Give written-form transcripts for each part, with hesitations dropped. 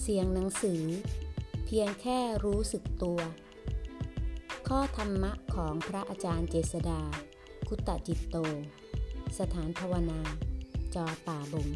สียงหนังสือเพียงแค่รู้สึกตัวข้อธรรมะของพระอาจารย์เจษฎาคุตจิตโตสถานภาวนาจอป่าบง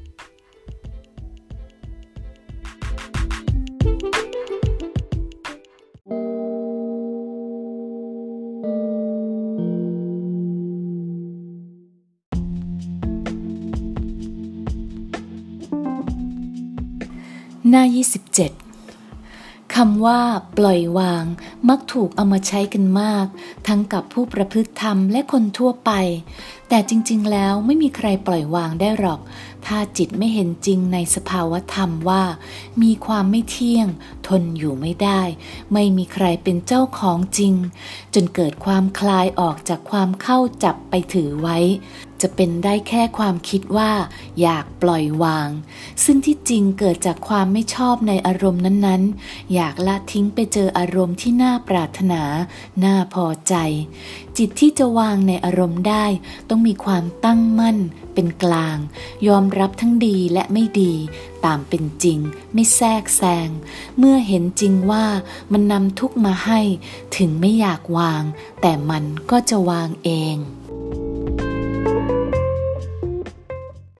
หน้า 27 คำว่าปล่อยวางมักถูกเอามาใช้กันมากทั้งกับผู้ประพฤติธรรมและคนทั่วไปแต่จริงๆแล้วไม่มีใครปล่อยวางได้หรอกถ้าจิตไม่เห็นจริงในสภาวธรรมว่ามีความไม่เที่ยงทนอยู่ไม่ได้ไม่มีใครเป็นเจ้าของจริงจนเกิดความคลายออกจากความเข้าจับไปถือไว้จะเป็นได้แค่ความคิดว่าอยากปล่อยวางซึ่งที่จริงเกิดจากความไม่ชอบในอารมณ์นั้นๆอยากละทิ้งไปเจออารมณ์ที่น่าปรารถนาน่าพอใจจิตที่จะวางในอารมณ์ได้ต้องมีความตั้งมั่นเป็นกลางยอมรับทั้งดีและไม่ดีตามเป็นจริงไม่แทรกแซงเมื่อเห็นจริงว่ามันนำทุกข์มาให้ถึงไม่อยากวางแต่มันก็จะวางเอง